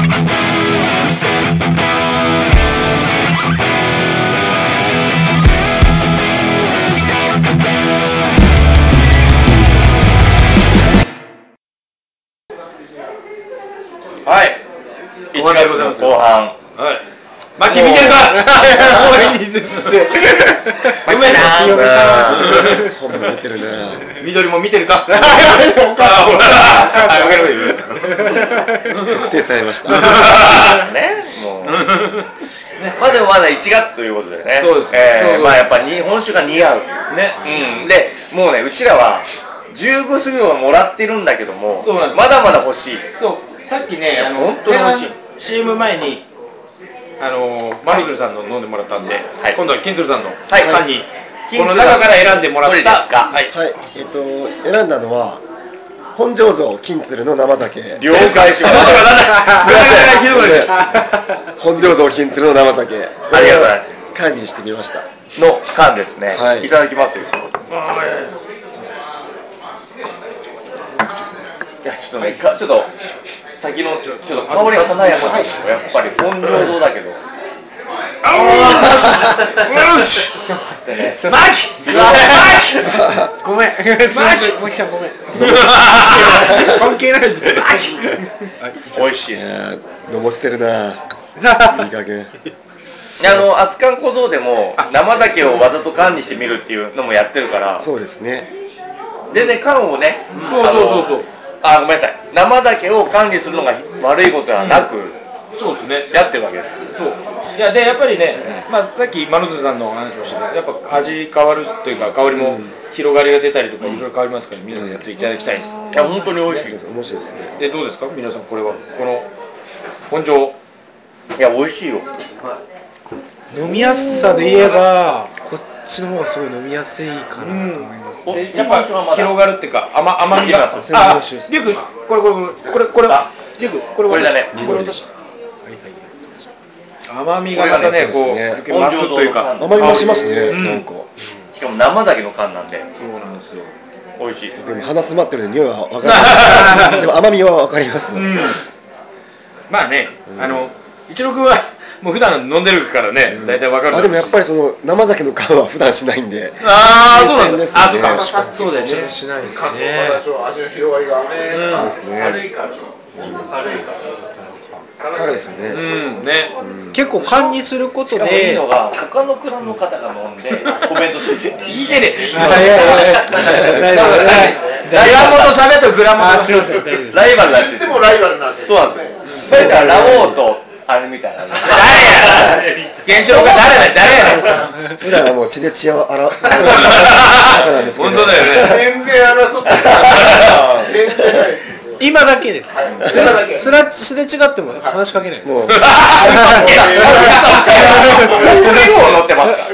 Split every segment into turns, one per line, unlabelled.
はい。1月の後半。
マキ見てるか。もういいですって。
ごめんな。
本も出てるね。
緑も見てるか。
特定されました。
ね、もう。まあでもまだ1月ということでね。
そうです。
まあやっぱ日本酒が似合う。ね。で、もうね、うちらは15数秒はもらってるんだけども、まだまだ欲しい。
そう。さっきね、
本当に欲しい。
CM 前に。マルズルさんの飲んでもらったんで、今度は金鶴さんの缶にこの中から選んでもらった。
はい。選んだのは本醸造金鶴の生酒。
了解しました。
本醸造金鶴の生酒。
ありがとうございます。
缶にしてみました。
の缶ですね。いただきますよ。いやちょっとね、ちょっと。先のちょっと香りが華やかですよ。やっぱり本醸造だけど。
ごめん。マキちゃんごめん。関係ないです。
美味しい。
飲ませてるな。いい加減。
熱燗小僧でも生酒をわざと缶にしてみるっていうのもやってるから。
そうですね。
でね、缶をね、
そう。
ごめんなさい。生酒を管理するのが悪いことはなく、
そうですね。
やってるわけです。
そう。いやでやっぱりね、さっきマルズさんの話もしたけど、やっぱ味変わるというか香りも広がりが出たりとかいろいろ変わりますから、皆さんやっていただきたいです。
いや本当に美味しい。
面白いですね。
でどうですか皆さんこれはこの本醸。
いや美味しいよ。
飲みやすさで言えばこっちの方がすごい飲みやすいかなと思います。
やっぱ広がるっていうか甘みが。リュウ君これリュウ君これ
だね。
これ私。甘みがまたねこう増すというか
甘み増しますね。なんか。
しかも生酒の缶なんで。
そうなんですよ。
美味しい。
でも鼻詰まってるんで匂いは分かる。でも甘みは分かります。
まあね一郎君はもう普段飲んでるからね大体分かる。
でもやっぱりその生酒の缶は普段しないんで。
そうなんですね。そうだよね。
しないですね。
味の広がりが。
そうですね。軽いですよね。
結構缶にすることで。
いいのが他の蔵の方が飲んでコメントする。
聞いてね。
ラ
岩本喋ってグラモン。
すみません。
ライバルだって。
でもライバルなんで。
そうなんですよ。それからラオウとあれみたいな。
誰や。現象が誰や。
普段はもう血で血を洗う。
本当だよね。
全然争ってない。
今だけです。すれ違っても話しかけないです。
もう。
国量を乗ってますから。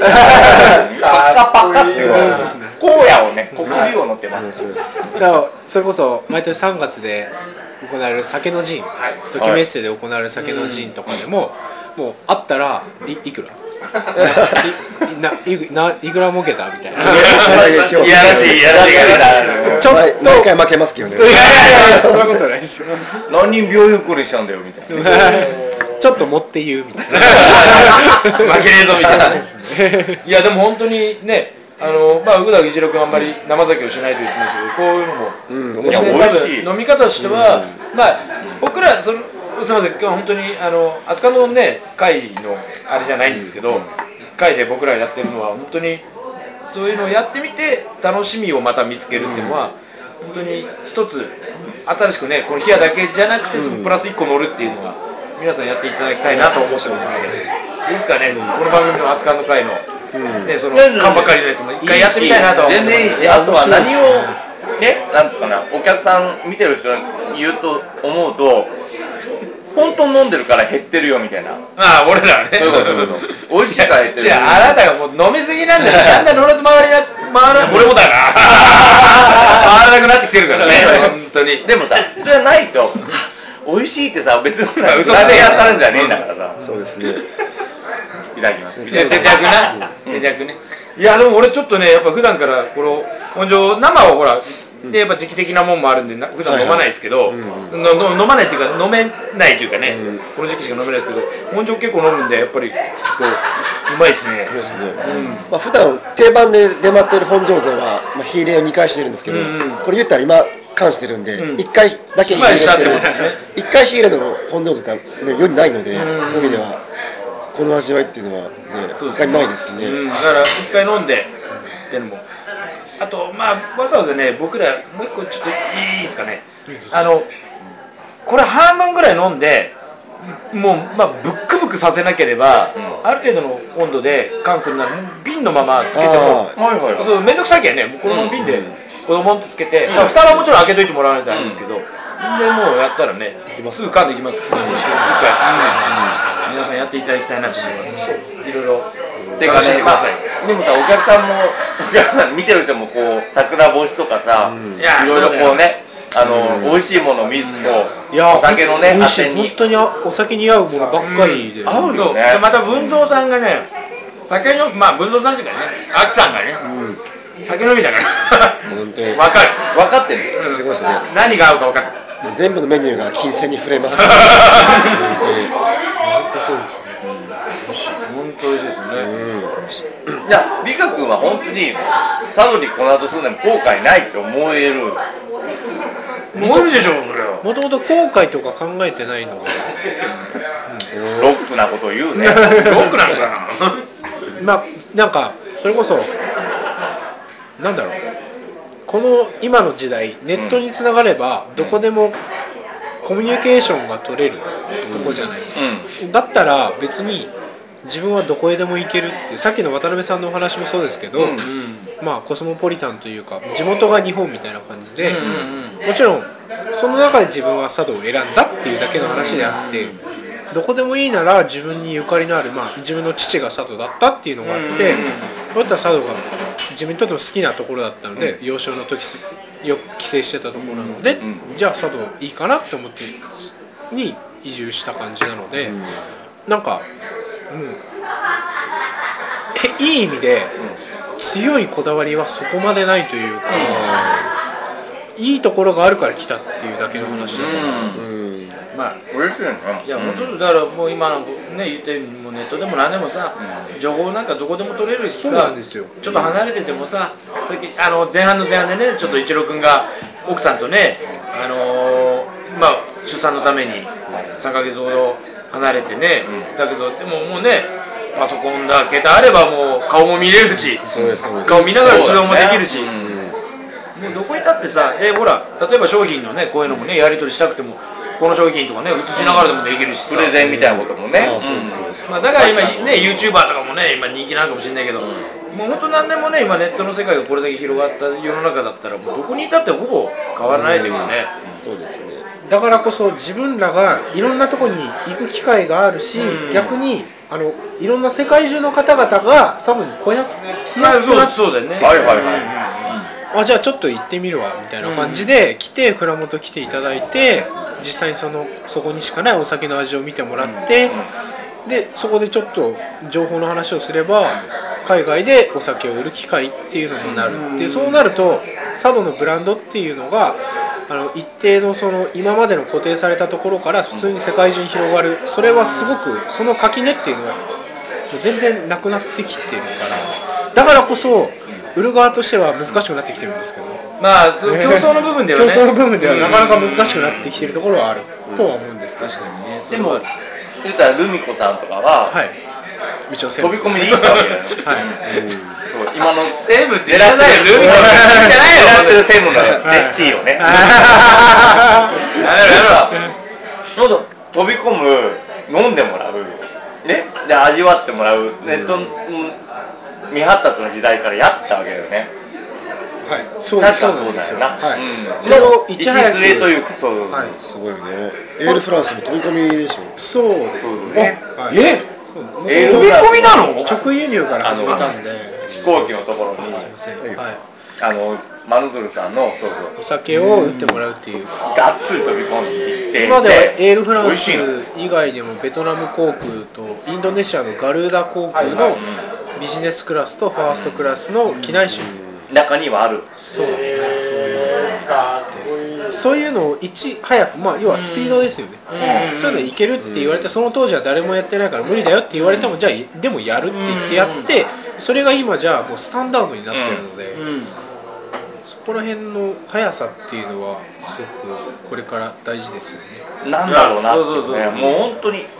パッって荒野をね、国量を乗ってます。
だからそれこそ毎年3月で行われる酒の陣、ときメッセで行われる酒の陣とかでも。もうあったらいくらいくら儲けたみたいな。
いやらしい。
ちょっと
毎回負けますけどね。
そんなことないですよ。
何人秒ゆっくりしたんだよみたいな。
ちょっと持って言うみたいな。
負けねえぞみたいな。いやでも本当にね。宇田一郎君あんまり生酒をしないと言ってますけど、こういうのも
面白い。
飲み方としては、僕らすみません、今日は本当に熱燗のね会のあれじゃないんですけど、会で僕らやってるのは本当にそういうのをやってみて楽しみをまた見つけるっていうのは本当に一つ新しくねこの冷やだけじゃなくてプラス1個乗るっていうのは皆さんやっていただきたいなと思ってますので、いいですかねこの番組の熱燗の会の。その缶ばかりのやつも一回やってみたいなと。
全然いいし、あとは何をね、なんとかな、お客さん見てる人に言うと思うと、本当に飲んでるから減ってるよみたいな。
俺らね。
そういうこと。美味しいから減ってる。
いや、あなたがもう飲みすぎなんだよ。だんだんろれつ回ら俺もだな。回らなくなってきてるからね。本当に。
でもさ、それはないと美味しいってさ、別に嘘でやったらんじゃねえんだからさ。
そうですね。
いただきます。
手酌ね。いやでも俺ちょっとねやっぱ普段からこの本醸生をほらでやっぱ時期的なもんもあるんで普段飲まないですけど、飲まないっていうか飲めないというかね、この時期しか飲めないですけど、本庄結構飲むんでやっぱりちょっとうまいですね。
まあ普段定番で出回っている本醸造は、まあ、火入れを2回してるんですけど、これ言ったら今関してるんで、1回だけ火入れしてる、1回火入れの本醸造って、ね、世にないので、そういう意味ではこの味わいっていうのはね、他にないですね。
だから1回飲んでっていうのも、あとまあわざわざね、僕らもう1個ちょっといいですかね、これ半分ぐらい飲んでもう、まあ、ブックブクさせなければ、ある程度の温度で缶するなら瓶のままつけてもそう面倒くさいけんね、もうこのまま瓶で子供とつけて、蓋はもちろん開けといてもらわないとあれですけど、でもうやったらねすぐ缶できますから、皆さんやっていただきたいなと思います。いろいろ楽しんでください。
でもさ、お客さん見てる人もこう桜干しとかさ、いろいろこうね、美味しいものを見ると、お酒のね、
美味しい、本当にお酒に合うものばっかりで、
合うよね。
また文蔵さんがね、酒のまあ文蔵さんっていうかね、あきさんがね、酒飲みだから
本当に
分かってる。
すごいですね。
何が合うか分かってる。
全部のメニューが金銭に触れます。
本当そうですね。
本当美味しいですね。
いや、美香君は本当に佐渡にこの後住んでも後悔ないって思える。
思えるでしょ、それは。
もともと後悔とか考えてないのが、
ロックなことを言うね。
ロックなのかな。
まあなんかそれこそなんだろう、この今の時代ネットにつながればどこでもコミュニケーションが取れるとこじゃないですか、だったら別に自分はどこへでも行けるって、さっきの渡辺さんのお話もそうですけど、まあコスモポリタンというか地元が日本みたいな感じで、もちろんその中で自分は佐渡を選んだっていうだけの話であって、どこでもいいなら自分にゆかりのある、まあ、自分の父が佐渡だったっていうのがあって、そういった佐渡が自分にとっても好きなところだったので、幼少の時よく帰省してたところなので、じゃあ佐渡いいかなって思ってに移住した感じなので、なんか、いい意味で強いこだわりはそこまでないというか、いいところがあるから来たっていうだけの話だから。
まあ
嬉しいね。
いや本当だからもう今のね言ってもネットでも何でもさ、情報なんかどこでも取れるしさ、
そうなんですよ。
ちょっと離れててもさ、さっき前半でねちょっと一郎君が奥さんとねまあ出産のために3ヶ月ほど離れてね、だけどでももうねパソコンだ携帯あればもう顔も見れるし、顔見ながら通話もできるし。もうどこにだってさ、ほら例えば商品のねこういうのもねやり取りしたくてもこの商品とかね映しながらでもできるしさ、
プレゼンみたいなこともね。
まあだから今ね YouTuber とかもね今人気なのかもしれないけど、もう本当何でもね今ネットの世界がこれだけ広がった世の中だったらもうどこにいたってほぼ変わらないというかね。
そうですよね。
だからこそ自分らがいろんなところに行く機会があるし、逆にいろんな世界中の方々が佐渡に来やすくなって
そうだよね。
あ、じゃあちょっと行ってみるわみたいな感じで来て、蔵元来ていただいて、実際にそこにしかないお酒の味を見てもらって、でそこでちょっと情報の話をすれば海外でお酒を売る機会っていうのになるって、そうなると佐渡のブランドっていうのが一定の今までの固定されたところから普通に世界中に広がる、それはすごくその垣根っていうのは全然なくなってきてるから、だからこそ売る側としては難しくなってきてるんですけど、
まあ競争の部分ではね、
競争の部分ではなかなか難しくなってきてるところはあるとは思うんですけど、
確かにね。
でも言ったらルミ子さんとかは、
一応
飛び込みでいいわけだよ。そう今の
セーブって言わないよ、ルミ子さんじゃないよ。
狙ってるセーブのね地位をね。やめろ。飛び込む、飲んでもらう、ね、で味わってもらう、ネット未発達の時代からやってたわけだよね。
そう
確かそうだよな。
それをいち早く
礎というか、そう
すごいよね。エールフランスも飛び込みでしょ。
そうですね。
エール
飛び込みなの？
直輸入から始めたんで、
飛行機のところにマヌドゥルさんの
お酒を売ってもらうっていう、
がっつり飛び込んでいって、
今ではエールフランス以外でもベトナム航空とインドネシアのガルーダ航空のビジネスクラスとファーストクラスの機内食、
中にはある。
そうですね、そういうそういうのをいち早く、要はスピードですよね、そういうのいけるって言われて、その当時は誰もやってないから無理だよって言われても、じゃあでもやるって言ってやって、それが今じゃあもうスタンダードになってるので、そこら辺の速さっていうのはすごくこれから大事ですよね。
なんだろうなっていうね、もう本当に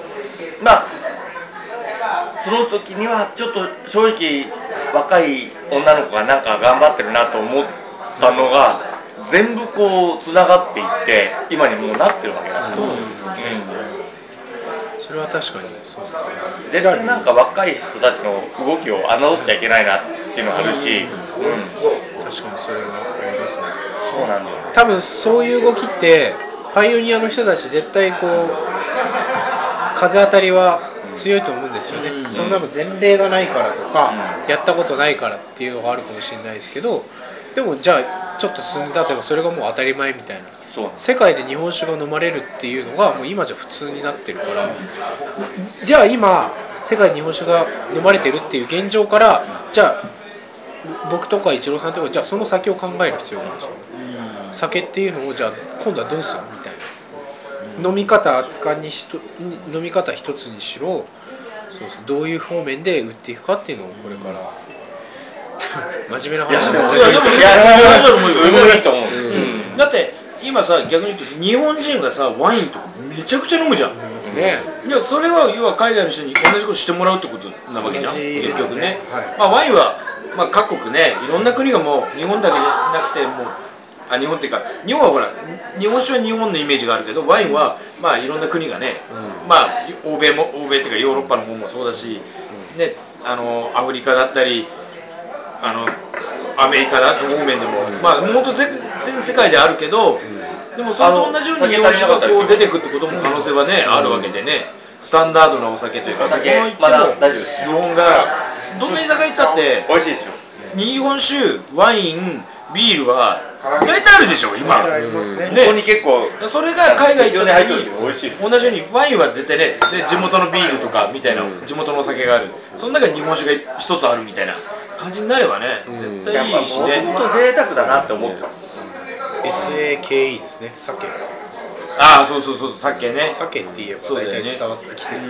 その時にはちょっと正直若い女の子がなんか頑張ってるなと思ったのが全部こうつながっていって今にもうなってるわけだ。
そうですね、それは確かにそうですね。
絶対なんか若い人たちの動きを侮っちゃいけないなっていうのがあるし、
確かにそれはありますね。
そうなんだよね。
多分そういう動きってパイオニアの人たち絶対こう風当たりは強いと思うんですよね、そんなの前例がないからとか、やったことないからっていうのがあるかもしれないですけど、でもじゃあちょっと進んだ、例えばそれがもう当たり前みたいな、世界で日本酒が飲まれるっていうのがもう今じゃ普通になってるから、じゃあ今世界で日本酒が飲まれてるっていう現状から、じゃあ僕とかイチローさんとかじゃあその先を考える必要があるんですよ、酒っていうのをじゃあ今度はどうするみたいな。飲み方飲み方一つにしろ、どういう方面で売っていくかっていうのをこれから真面目な話になっちゃう。
いやでも
いいと思う。
だって今さ、逆に言うと日本人がさワインとかめちゃくちゃ飲むじゃん。いやそれは要は海外の人に同じことしてもらうってことなわけじゃん、結局ね。ワインは各国ね、いろんな国がもう日本だけじゃなくてもう日本っていうか、日本はほら日本酒は日本のイメージがあるけど、ワインはいろんな国がね、欧米っていうかヨーロッパの方もそうだし、ね、アフリカだったりアメリカだ方面でも本当全世界であるけど、でもそれと同じように日本酒がこう出てくってことも可能性はね、あるわけでね、スタンダードなお酒というか、どこ行っても日本がどんな居酒屋行ったって
美味しいですよ。
日本酒、ワイン、ビールは大体あるでしょ今。
ここに結構
それが海外行った時に
美味しいです。
同じようにワインは絶対ね、で地元のビールとかみたいな地元のお酒がある、その中に日本酒が一つあるみたいな感じになればね、絶対いいしね。
本当贅沢だなって思ってる。
SAKE ですね、鮭。
そう鮭ね。
鮭って言えば大体伝わってきてる。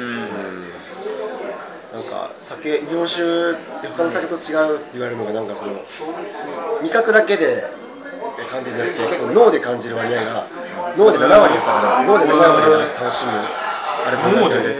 なんか日本酒他の酒と違うって言われるのが、なんかその味覚だけで感じるんじゃなくて、結構脳で感じる割合が脳で7割だったから、脳で7割が楽しむアルコールが出て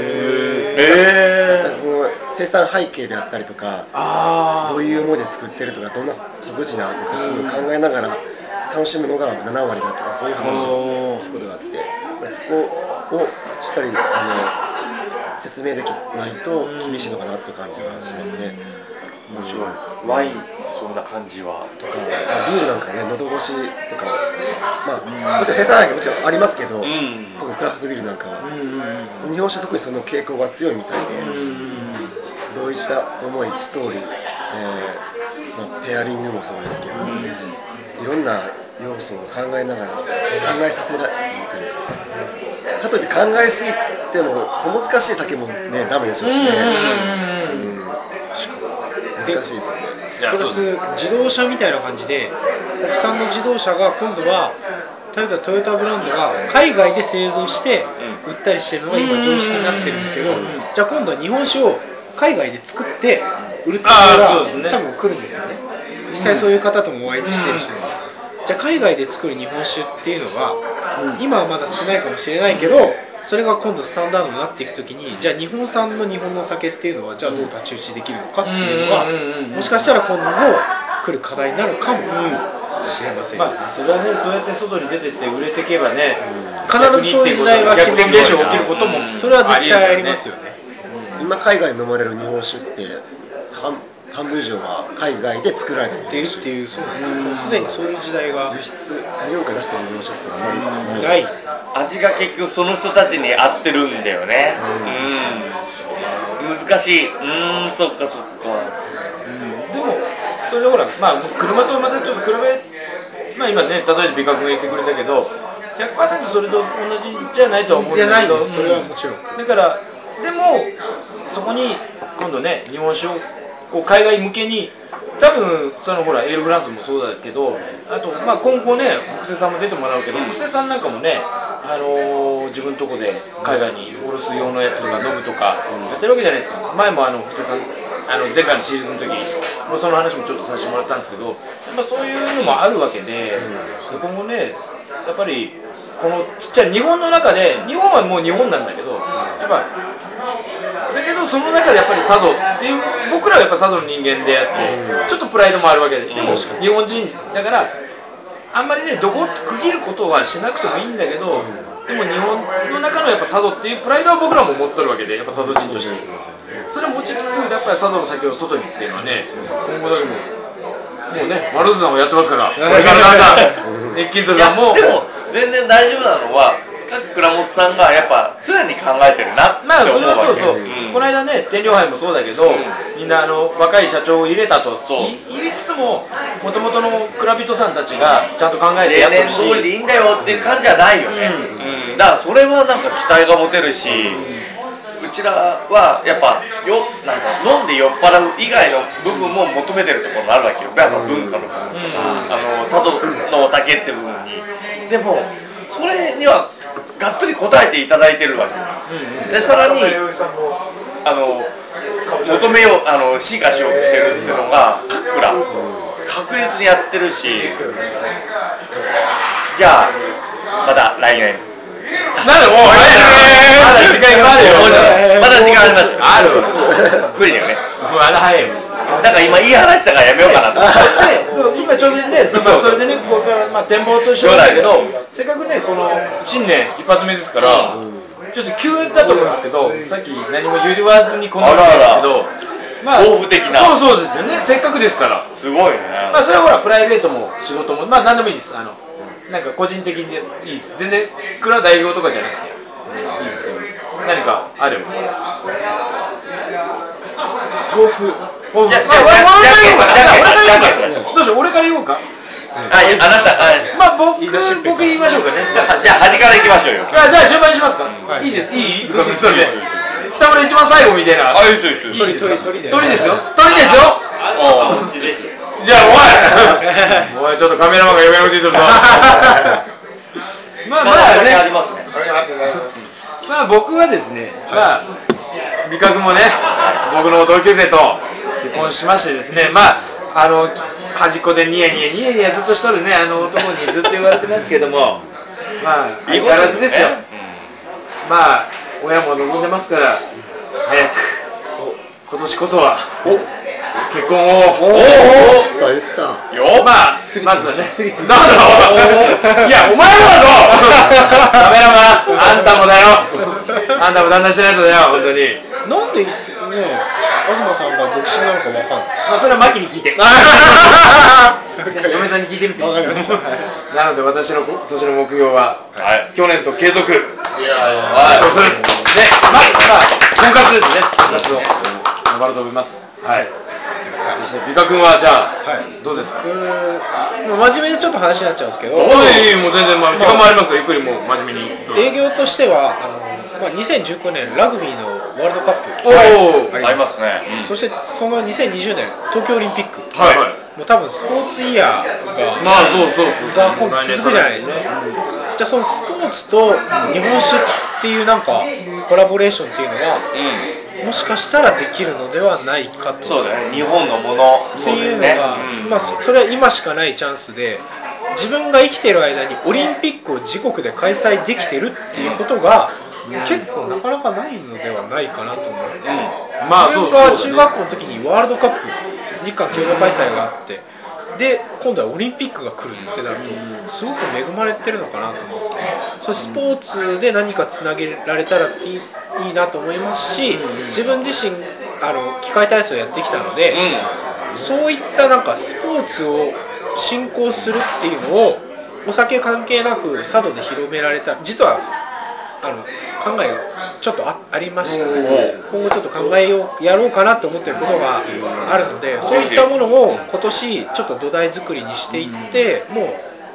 て、その生産背景であったりとか、どういう思いで作ってるとか、どんな食事なのかっていうのを考えながら楽しむのが7割だとか、そういう話を聞くことがあって、そこをしっかり説明できないと厳しいのかなって感じがしますね。
面白い。ワインそんな感じは
とか、ビールなんかね、喉越しとか、もちろん生産範囲がもちろんありますけど、特にクラフトビールなんかは、日本酒特にその傾向が強いみたいで、どういった思い、ストーリー、ペアリングもそうですけど、いろんな要素を考えながら考えさせないかといって考えすぎても小難しい酒もねダメでしょうしね。難しいですよね。
プラス自動車みたいな感じで、国産の自動車が今度は例えばトヨタブランドが海外で製造して売ったりしてるのが今常識になってるんですけど、じゃあ今度は日本酒を海外で作って売るっていうのが多分来るんですよね。実際そういう方ともお会いしてるし、じゃあ海外で作る日本酒っていうのが今はまだ少ないかもしれないけど、それが今度スタンダードになっていくときに、じゃあ日本産の日本の酒っていうのはじゃあどう太刀打ちできるのかっていうのがもしかしたら今後来る課題になるかもしれません。
それはね、そうやって外に出てって売れていけばね、
必ずそういう時代は
逆転現象が起きることも
それは絶対ありますよね。
今海外で飲まれる日本酒って半分以上は海外で作られてる
っていう、そうなんですよ。すでにそういう時代が
輸出日本から出してる日本酒ってあまり
ない。
味が結局その人たちに合ってるんだよね。難しい。そっかそっか。
でもそれでほら、車とまたちょっと比べ、今ね、例えば美覚が言ってくれたけど 100% それと同じじゃないとは思うんだけど、
それはもちろん。
だからでもそこに今度ね、日本酒をこう海外向けに多分そのほらエールフランスもそうだけど、あとまあ今後ね布施さんも出てもらうけど、布施さんなんかもね、自分のとこで海外に卸す用のやつとかノブとかやってるわけじゃないですか。前も布施さん前回のシーズンの時もその話もちょっとさせてもらったんですけど、やっぱそういうのもあるわけで、今後ねやっぱりこのちっちゃい日本の中で、日本はもう日本なんだけど、やっぱだけどその中でやっぱり佐渡っていう、僕らはやっぱ佐渡の人間であってちょっとプライドもあるわけで、でも日本人だからあんまりねどこ区切ることはしなくてもいいんだけど、でも日本の中のやっぱ佐渡っていうプライドは僕らも持っとるわけで、やっぱ佐渡人としてそれを持ちつつ、やっぱり佐渡の先を外にっていうのはね、今後だけももうね丸津さんもやってますから、これからなんか熱気図さんも
でも全然大丈夫なのは、さっき倉本さんがやっぱ常に考えてるなって
まあそれ
思うわけ。
はそうそう、この間ね天領杯もそうだけど、みんな若い社長を入れたと言いつつも、もともとの蔵人さんたちがちゃんと考えてやって
例
るし、
年通りでいいんだよっていう感じじゃないよね。だからそれはなんか期待が持てるし、うちらはやっぱなんか飲んで酔っ払う以外の部分も求めてるところもあるわけよ。やっぱ文化の部分、佐渡のお酒って部分に。でもそれにはがっつり答えていただいてるわけで、さらに求めよう進化しようとしてるっていうのが各蔵確実にやってるし、じゃあまた来年
なんでもうまだ時間があるよ、
まだ時間ありますよ。
ある
無理だよね。
まだ早いよ。
なんか今いい話だからやめようかなと。
そう今ちょうどね、それでね、こうまあ展望と一緒なんだけど、せっかくねこの新年一発目ですから、ちょっと急だと思うんですけど、さっき何も言わずにこのんですけど、まあ
抱負的な。
そうですよね。せっかくですから。
すごいね。
まあそれはほらプライベートも仕事もまあ何でもいいです。なんか個人的でいいです。全然蔵代表とかじゃなくていいですけど、何かあれば。
抱負。
どうしよう、俺から言おうか。
あなた。
まあ僕言いましょうかね。
じゃあ端から行きましょうよ。
じゃあ順番にしますか。いいです。いい？それで。北村一番最後みたいな。
いいですよ。
鳥ですよ。じゃあお前ちょっとカメラマンが余計なこと言ってるぞ。まあね。
ありますね。
まあ僕はですね、まあ美香君もね、僕の同級生と結婚しましてですね、まあ端っこでニヤニヤずっとしとるね男にずっと言われてますけども、まあ相変わらずですよ。まあ親も望んでますから、早く今年こそは結婚を。
言った
よ。
まあまずはね。なんだ。いやお前もだぞ。カメラマン、あんたもだよ。あんたも旦那しないとだよ本当に。
なんでね、東さんが独身なのかわかんない。
まあそれはマキに聞いて。嫁さんに聞いてみて。
わかりました。
なので私の今年の目標は去年と継続。
いや
そうする。ね、まあ婚活ですね。婚活を頑張ろうと思います。はい。そして美香君はじゃあどうですか。
真面目にちょっと話になっちゃうんですけど。
もう全然時間もありますからゆっくりもう真面目に。
営業としては2019年ラグビーのワールドカップ
ありますね。
そしてその2020年東京オリンピック、もう多分スポーツイヤーが
まあそう
が今度続くじゃないですか。じゃあそのスポーツと日本酒っていうなんかコラボレーションっていうのは、もしかしたらできるのではないかと。
そうだね。日本のもの
っていうのが、まあそれは今しかないチャンスで、自分が生きてる間にオリンピックを自国で開催できてるっていうことが結構なかなかないのではないかなと思って、自分が中学校の時にワールドカップ日韓共同開催があって、で今度はオリンピックが来るってなるとすごく恵まれてるのかなと思って、そスポーツで何かつなげられたらいいなと思いますし、自分自身器械体操やってきたので、そういったなんかスポーツを振興するっていうのをお酒関係なく佐渡で広められた、実は考えがちょっと ありましたね。今後ちょっとやろうかなと思ってることがあるので、そういったものを今年ちょっと土台作りにしていって、もう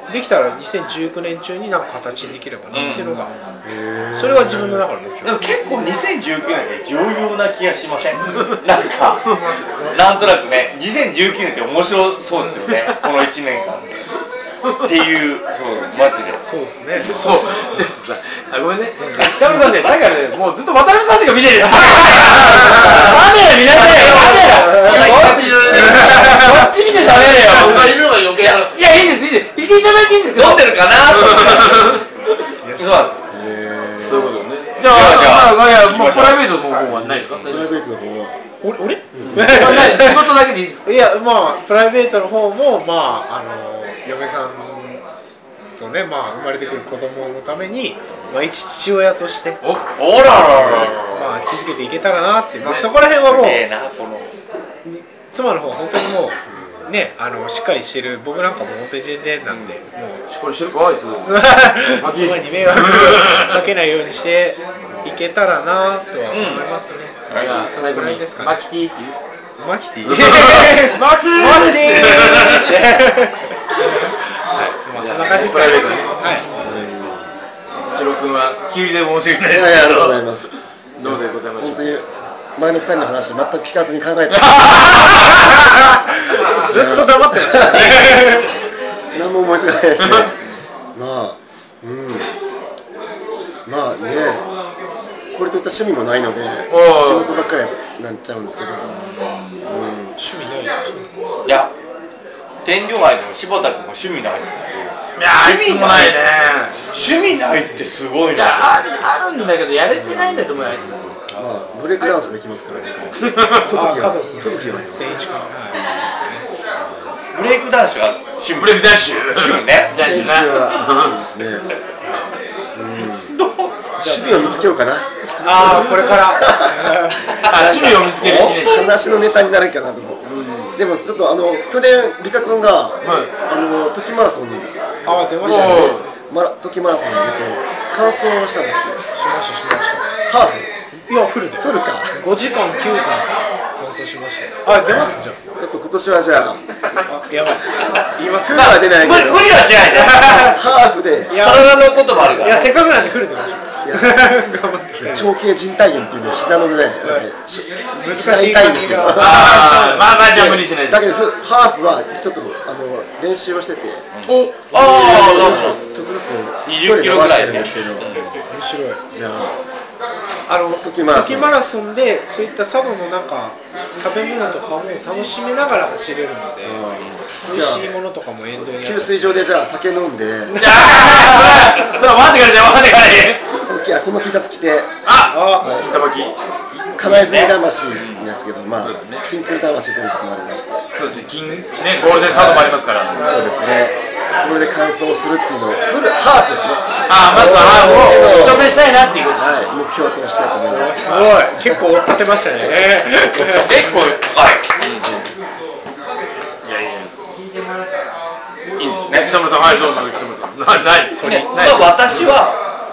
できたら2019年中になんか形にできればなっていうのが、それは自分の中の目標。
でも結構2019年って重要な気がしません？なんかなんとなくね、2019年って面白そうですよね、この1年間っていう、そうマジで。
そうですね。
そう。ごめんね。北村さんね、さっきからね、もうずっと渡辺さんしか見てるよ。カメラ見なさいよ。カメラ。こっち見て喋れよ。
いるのが余計なんです。
いや、いいです、いいです。言っていただいていいんですけど。
飲んでるかなと思って。そうなんです。
そういうことね。じゃあ、もうプライベートの方はないですか？
プライベートの方は
俺？
仕事だけでいいですか？
いや、まあプライベートの方もまあ嫁さんとね、まあ生まれてくる子供のために、まあ一父親として、
おらららら。
まあ気づけていけたらなって、まあそこら辺はもう妻の方本当にもうね、しっかりしてる。僕なんかも本当に全然なんで、もう
しっかりしてるかあいつ。
妻に迷惑かけないようにしていけたらなとは思いますね。
じゃあ最後に
ですかね。
マキティっていう。
マキティ。
マキティ。
まあそんな感じですかね。はい。
一郎君は急にでも申し訳ない
い
です
やいや、ありがとうございます。
どうでございましょう。
本当に前の2人の話全く聞かずに考えて
ずっと黙ってましたね。
何も思いつかないですね。まあね、これといった趣味もないので仕事ばっかりになっちゃうんですけど、
趣味ないですよ。
いや、天領杯の柴田君も趣味ないですね。
いや、趣味もないね。
趣味ないってすごいな。
あるんだけどやれてないんだと思うよあいつ。
まあブレイクダンスできますからね。特技は
選手君。
ブレイクダンスが趣味。
ブレイクダンス。
趣味ね。
選手はそうですね。趣味を見つけようかな。
これから。
趣味を見つける1年。
話のネタになるかなと思う。でもちょっと去年リカ君がトキマラソンに
出ましたね。
トキマラソンに出て完走をしたんだっけ？
しました
ハーフ？
いや、フルで。
フルか。
5時間9分完走しました。出ますじゃん。
今年はじゃあ
やばい。言います。
フルは出ないけど
無理はしないで。
ハーフで
体のこともあるから。
いや、せっかくなんでフルで。頑張って。
長径靭帯炎っていうのは膝のね、
難しい
痛いんですよ。
まあじゃあ無理しないで。
だけどハーフはちょっと練習をしてて、ちょっとずつ
20キロぐらい
るんですけど、
面白い。
じゃ
トキマラソンでそういった佐渡のなんか食べ物とかも楽しみながら走れるので、美味しいものとかも沿道に
給水場でじゃあ酒飲んで、
それは待ってからね。
この T シャツ着て、
金玉木。
金泉魂ですけど、まあ金鶴魂ということもありまして、
そうですね。ゴールデンサードもありますから。
そうですね。これで完走するっていうのをフルハーフですね。
まずはハーフを挑戦したいなっていう。
はい、目標としたいと思います。
すごい。結構追ってましたね。
結構、はい。
いや、いいじゃないですか。
いいんですね。
北村さん、はい、どうぞ、北村さん。
私は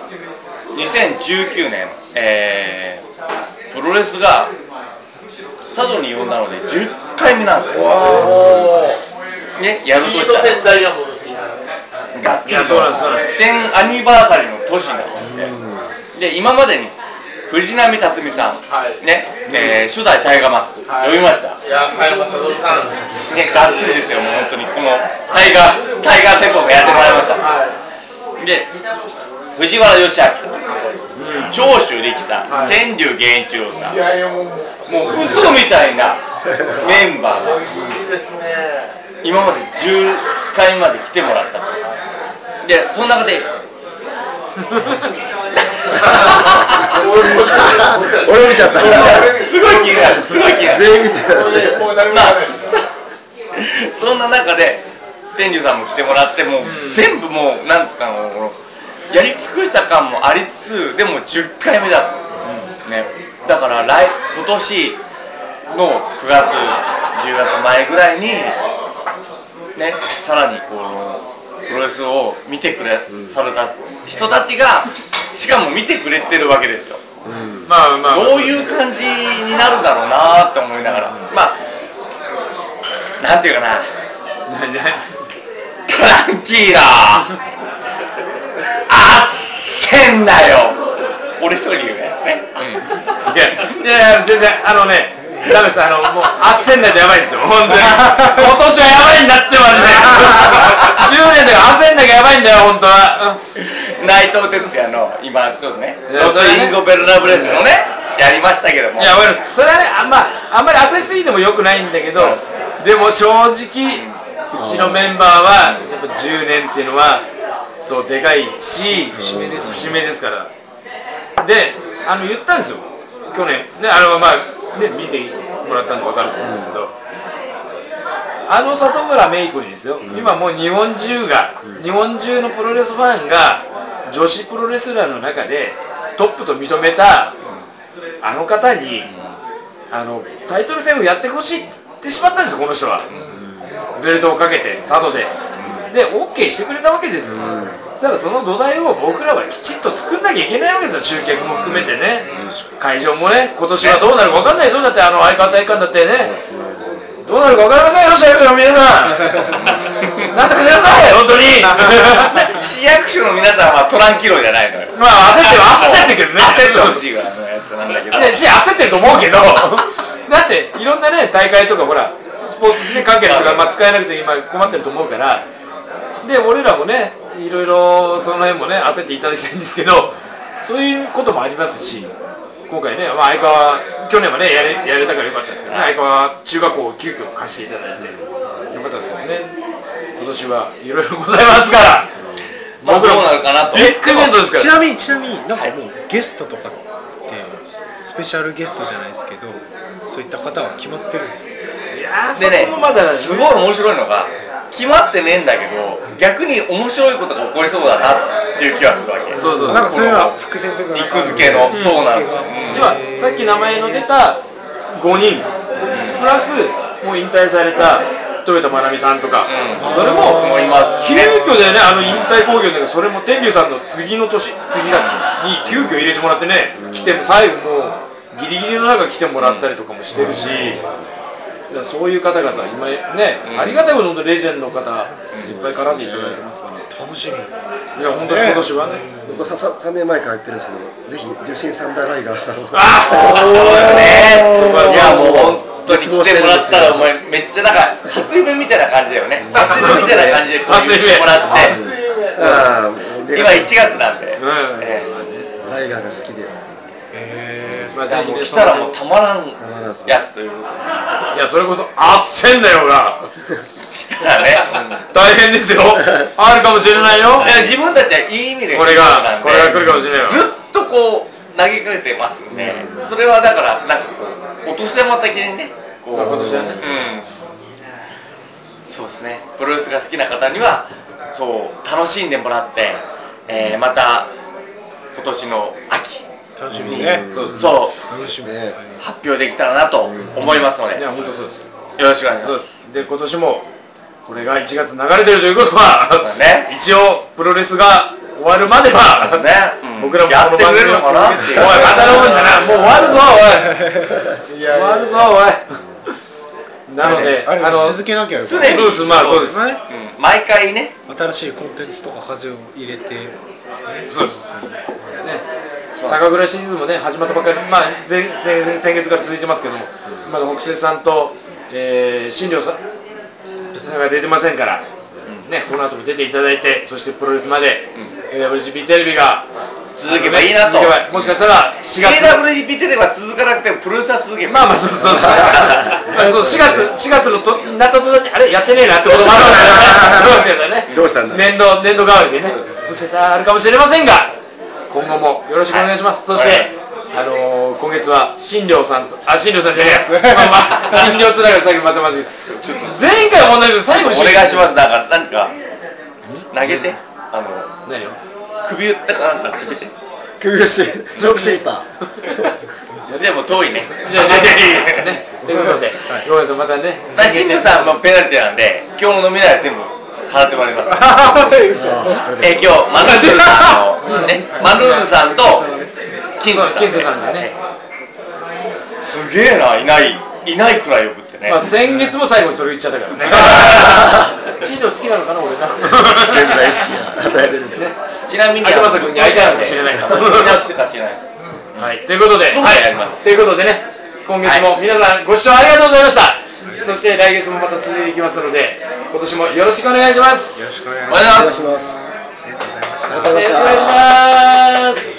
2019年、プロレスが佐渡に呼んだので10回目なんですよ。ね、やるとしたら
ダイヤモンド的な。
いや、そうなんです、そうなんです。
10アニバーサリーの年なんですね。で、今までに藤波辰巳さん、ね、初代タイガーマスク、呼びました。
いや、佐山さん。
ね、がっつりですよ、もう本当にこのタイガー戦法もやってもらいました。で、藤原義明さん、長州力さん、天竜源一郎さん、もう嘘みたいなメンバーが今まで10回まで来てもらったと。で、その中で
俺見ちゃった。
すごい気になる、すごい気になる。
全員見てます。
そんな中で天竜さんも来てもらって、もう全部もうなんとかやり尽くした感もありつつ、でも10回目だと、ね、だから今年の9月10月前ぐらいにね、さらにこのプロレスを見てくれされた人たちがしかも見てくれてるわけですよ。どういう感じになるだろうなって思いながら、まあなんていうかな、 ランキーナあっせんなよ。俺一人言うやつね。
いや全然ダメです。もうあっせんないとやばいですよ本当に。今年はやばいんだってマジで。10年であっせんなきゃやばいんだよ本当は。
内藤哲也の今ちょっとね、
いやそれね
インゴベルナブレスのねやりましたけども。
いやわかります。それはねあんまり焦りすぎても良くないんだけど、でも正直うちのメンバーはやっぱ10年っていうのはそうでかいし節目ですから。で言ったんですよ去年ね。見てもらったんで分かると思うんですけど、里村芽衣子にですよ、今もう日本中のプロレスファンが女子プロレスラーの中でトップと認めたあの方にタイトル戦をやってほしいって言ってしまったんですよこの人は。ベルトをかけて佐渡で OK してくれたわけですよ。ただその土台を僕らはきちっと作んなきゃいけないわけですよ。集客も含めてね、会場もね、今年はどうなるか分かんないですよ。だって相川体育館だってね、どうなるか分かりませんよ市役所の皆さん。なんとかしなさい本当に。
市役所の皆さんはトランキロじゃないのよ。
まあ焦ってるけどね。
焦ってほしいからのやつなんだけど。
焦ってると思うけど。だっていろんなね大会とかほらスポーツ、ね、関係の人が使えなくて今困ってると思うから。で俺らもねいろいろその辺もね焦っていただきたいんですけど、そういうこともありますし、今回ね、相川去年はねやれたからよかったですけどね、相川中学校を急遽貸していただいてよかったですけどね。今年はいろいろございますから、
僕らもなるかなと。
ビッグイベントですから。
ちなみになんかもうゲストとかってスペシャルゲストじゃないですけど、そういった方は決まってるんですか？
いやー
でね、
そこまだ
すごい面白いのが決まってねえんだけど逆に面白いことが起こりそうだなっていう気がするわけ。
そう
なんかそれは伏線というか
肉付けの、そうなんだ。
今さっき名前の出た5人プラスもう引退された豊田真奈美さんとか、それも
思います
急遽だよね。引退興行だけど、それも天竜さんの次だに急遽入れてもらってね、来ても最後もうギリギリの中来てもらったりとかもしてるし、そういう方々今ね、ありがたいことにレジェンドの方いっぱい絡んでいただいてますから、
楽しみ。
いや本当に今年はね、
僕は3年前から言ってるんですけど、ぜひ受信サンダーライガーさんを。
いやもう本当に来てもらったらお前めっちゃなんか初夢みたいな感じだよね。初夢みたいな感じでこう言ってもらって今1月なんで、
ライガーが好きで。
まあぜひね
来たらもうたまらんやつという。
いやそれこそあっせんだよが
来たらね
大変ですよ。あるかもしれないよ。
いや自分たちはいい意味で
これが来るかもしれないよ。
ずっとこう投げかけてますんで、それはだからなんかこうお年玉的にねこう、
今年はね、
そうですね、プロレスが好きな方にはそう楽しんでもらって、また今年の秋
楽しみですね。
そう
楽しみ。
発表できたらなと思いますので、
いや本当そうです。
よろしくお願いします。
で今年もこれが1月流れてるということは、
ね、
一応プロレスが終わるまでは
ね、
僕らも
やってくれるのかな。おい
また飲むんだな、もう終わるぞおい。終わるぞおい。なので
続けなきゃよ。
常に
そうです、まあそうですね。
毎回ね、
新しいコンテンツとか風を入れて。
そうです。酒蔵シリーズもね始まったばっかり、まあ先月から続いてますけども、まだ北瀬さんと新庄さんが出てませんから、ね、この後も出ていただいて、そしてプロレスまで AWGP テレビが
続けばいいなと。
もしかしたら4月
AWGP テレビは続かなくてもプロレスは続けば。
まあそう4月のとなった途端にあれやってねえなってこともあるわけだね。
どうしたんだ。
年度代わりでね、もしかしたらあるかもしれませんが、今後もよろしくお願いします。そして今月は新庄さんと新庄さんじゃねえや新庄つながり最後またまずい。前回も同じです。最後に
お願いします。なんか投げて
何を
首打ったからなんか首して
首をしてジョークスリッパ
ー。でも遠いね。
じゃあねということで、ごめんなさいまたね。
新庄さんもペナルティなんで今日の飲み代は全部払ってもらいます。今日マヌールさんのね、マヌールさんと金津さん
でね。
すげえな、いないくらい呼ぶってね。
まあ先月も最後にそれ言っちゃったからね。 チーノ好きなのかな俺な。
潜在意識が与えてるんですね。
ちなみに
秋政君に会いたいかもしれないから。
見直してかもしれない。
はい、ということで、
僕もやります。
ということでね、今月も皆さんご視聴ありがとうございました。そして来月もまた続いていきますので、今年もよろしくお願いします。
よろしくお願いし
お願いします。
ます。ありがとうございました。
ありがとうございました。
よろしくお願いします。